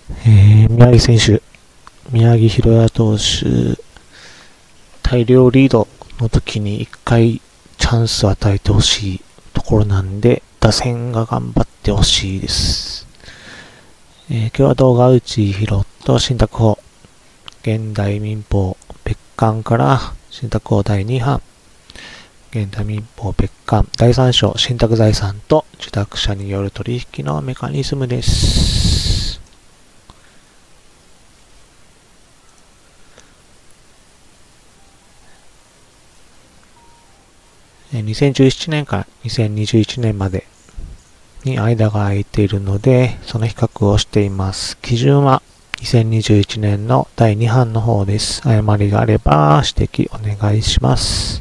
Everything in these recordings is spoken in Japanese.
宮城選手、宮城大弥投手、大量リードの時に1回チャンスを与えてほしいところなんで、打線が頑張ってほしいです。今日は動画内広と新宅法、現代民法別館から新宅法第2版、現代民法別館第3章、信託財産と受託者による取引のメカニズムです。2017年から2021年までに間が空いているので、その比較をしています。基準は2021年の第2版の方です。誤りがあれば指摘お願いします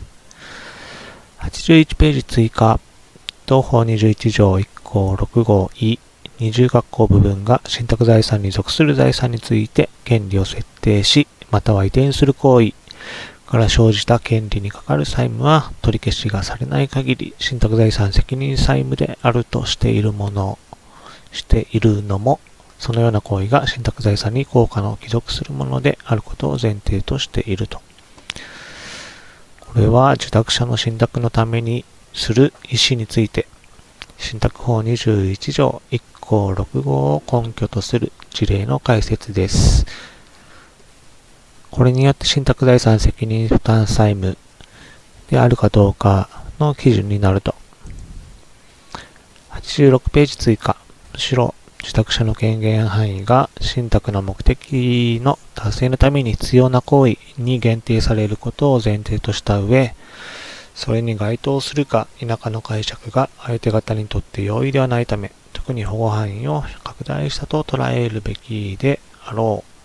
。81ページ追加。同法21条1項6号 E20括弧部分が信託財産に属する財産について権利を設定し、または移転する行為から生じた権利にかかる債務は取り消しがされない限り信託財産責任債務であるとしているのも、そのような行為が信託財産に効果の帰属するものであることを前提としていると。これは受託者の信託のためにする意思について、信託法21条1項6号を根拠とする事例の解説です。これによって信託財産責任負担債務であるかどうかの基準になると。86ページ追加。むしろ受託者の権限範囲が信託の目的の達成のために必要な行為に限定されることを前提とした上、それに該当するか否かの解釈が相手方にとって容易ではないため、特に保護範囲を拡大したと捉えるべきであろう。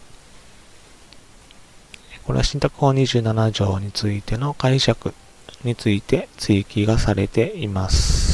これは信託法27条についての解釈について追記がされています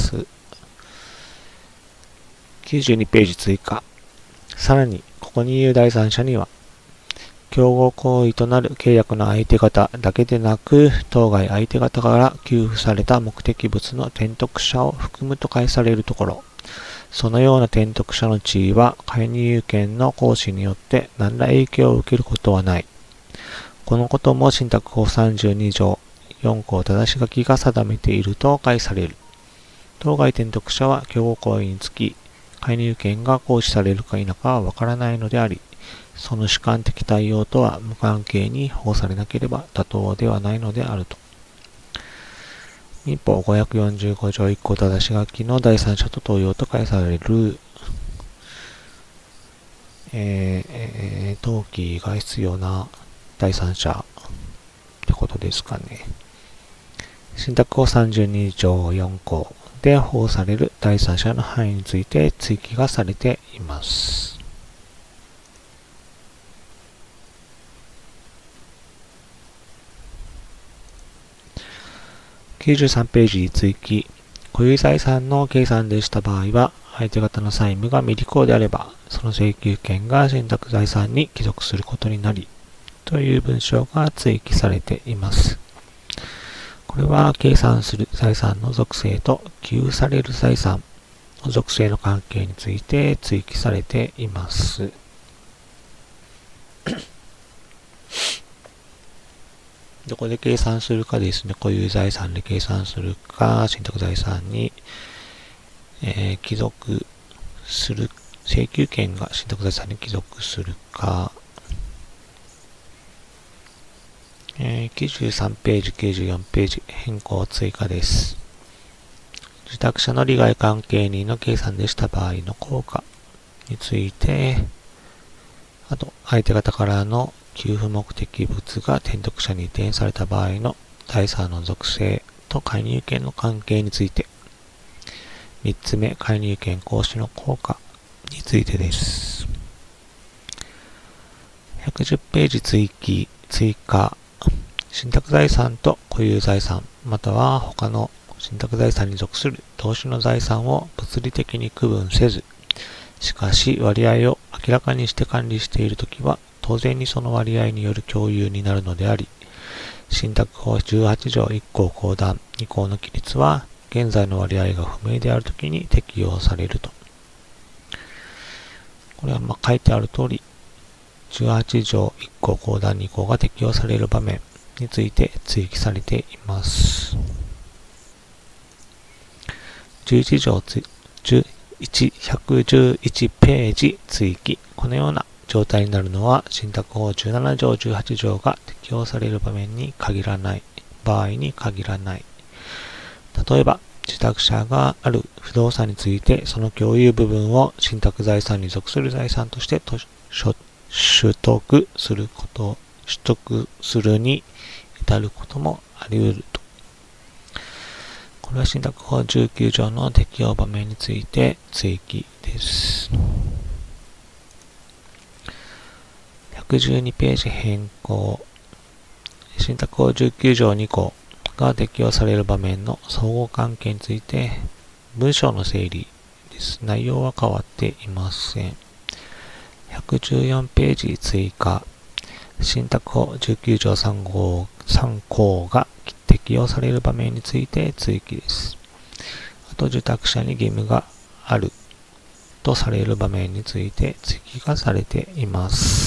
。92ページ追加。さらに、ここに言う第三者には、競合行為となる契約の相手方だけでなく、当該相手方から給付された目的物の転得者を含むと解されるところ、そのような転得者の地位は介入権の行使によって何ら影響を受けることはない。このことも信託法32条4項正し書きが定めていると解される。当該転得者は競合行為につき、介入権が行使されるか否かはわからないのであり、その主観的対応とは無関係に保護されなければ妥当ではないのであると。民法545条1項正し書きの第三者と同様と解される、登記が必要な第三者ってことですかね。信託法32条4項で保護される第三者の範囲について追記がされています。93ページ追記。固有財産の計算でした場合は、相手方の債務が未履行であれば、その請求権が信託財産に帰属することになり、という文章が追記されています。これは計算する財産の属性と給付される財産の属性の関係について追記されています。どこで計算するかですね。固有財産で計算するか、信託財産に、帰属する、請求権が信託財産に帰属するか、93ページ、94ページ、変更追加です。受託者の利害関係人の計算でした場合の効果について、あと、相手方からの給付目的物が転得者に移転された場合の財産の属性と介入権の関係について、3つ目、介入権行使の効果についてです。110ページ追加。信託財産と固有財産、または他の信託財産に属する投資の財産を物理的に区分せず、しかし割合を明らかにして管理しているときは、当然にその割合による共有になるのであり、信託法18条1項公団2項の規律は、現在の割合が不明であるときに適用されると。 これは書いてある通り、18条1項公団2項が適用される場面について追記されています。11条111ページ追記。このような状態になるのは、信託法17条18条が適用される場合に限らない。例えば、受託者がある不動産について、その共有部分を信託財産に属する財産として取得するに至ることもあり得ると。これは信託法19条の適用場面について追記です。112ページ変更。信託法19条2項が適用される場面の相互関係について文章の整理です。内容は変わっていません。114ページ追加。信託法19条3項が適用される場面について追記です。あと、受託者に義務があるとされる場面について追記がされています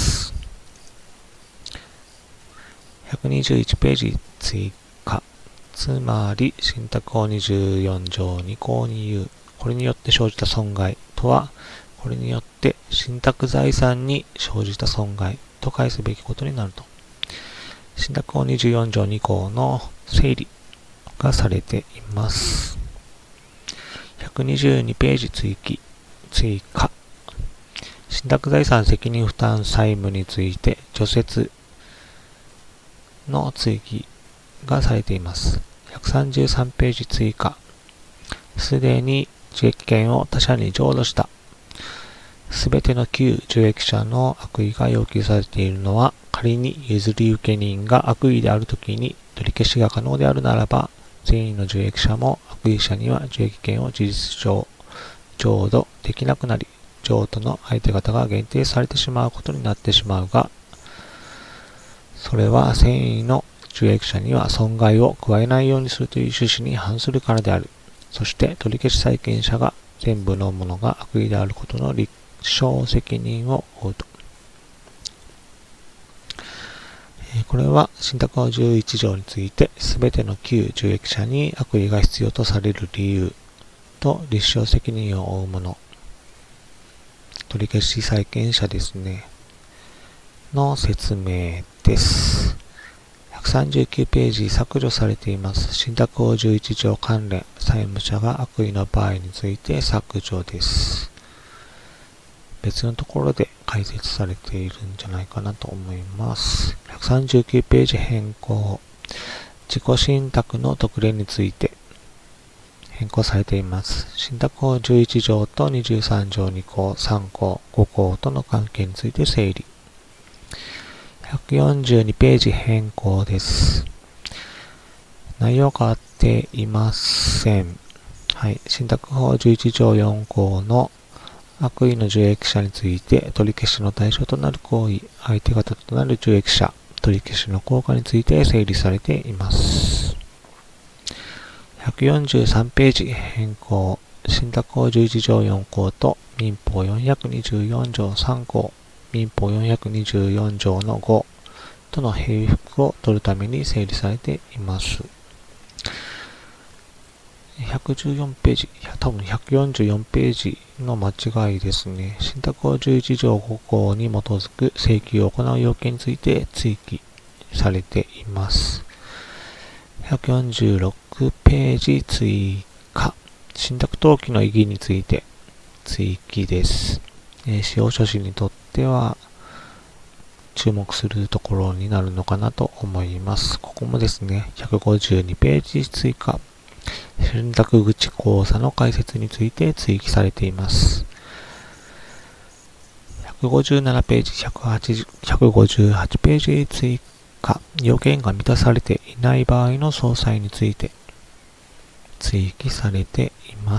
。121ページ追加。つまり、信託法24条2項に言う、これによって生じた損害とは、これによって信託財産に生じた損害と返すべきことになると。信託法24条2項の整理がされています。122ページ追加。信託財産責任負担債務について除斥の追記がされています。133ページ追加。すでに受益権を他者に譲渡した。すべての旧受益者の悪意が要求されているのは、仮に譲り受け人が悪意であるときに取り消しが可能であるならば、全員の受益者も悪意者には受益権を事実上譲渡できなくなり、譲渡の相手方が限定されてしまうことになってしまうが、それは善意の受益者には損害を加えないようにするという趣旨に反するからである。そして取り消し債権者が全部のものが悪意であることの立証責任を負うと。これは信託法11条について、すべての旧受益者に悪意が必要とされる理由と立証責任を負うもの、取り消し債権者ですね、の説明です。139ページ削除されています。信託法11条関連、債務者が悪意の場合について削除です。別のところで解説されているんじゃないかなと思います。139ページ変更。自己信託の特例について変更されています。信託法11条と23条2項、3項、5項との関係について整理。142ページ変更です。内容変わっていません。はい。信託法11条4項の悪意の受益者について取り消しの対象となる行為、相手方となる受益者、取り消しの効果について整理されています。143ページ変更。信託法11条4項と民法424条3項、民法424条の5との並符を取るために整理されています。114ページ、多分144ページの間違いですね。信託法11条5項に基づく請求を行う要件について追記されています。146ページ追加。信託登記の意義について追記です。司法書士にとっては注目するところになるのかなと思います。ここもですね、152ページ追加。信託口口座の開設について追記されています。157ページ、158ページ追加。要件が満たされていない場合の総裁について追記されています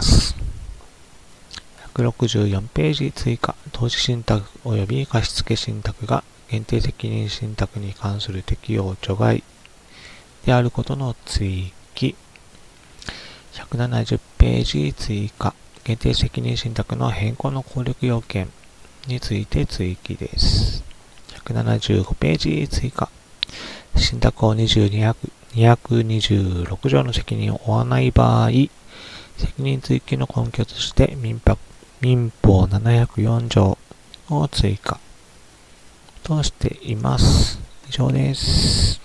。164ページ追加。投資信託及び貸付信託が限定責任信託に関する適用除外であることの追記。170ページ追加。限定責任信託の変更の効力要件について追記です。175ページ追加。信託法226条の責任を負わない場合、責任追及の根拠として民法704条を追加としています。以上です。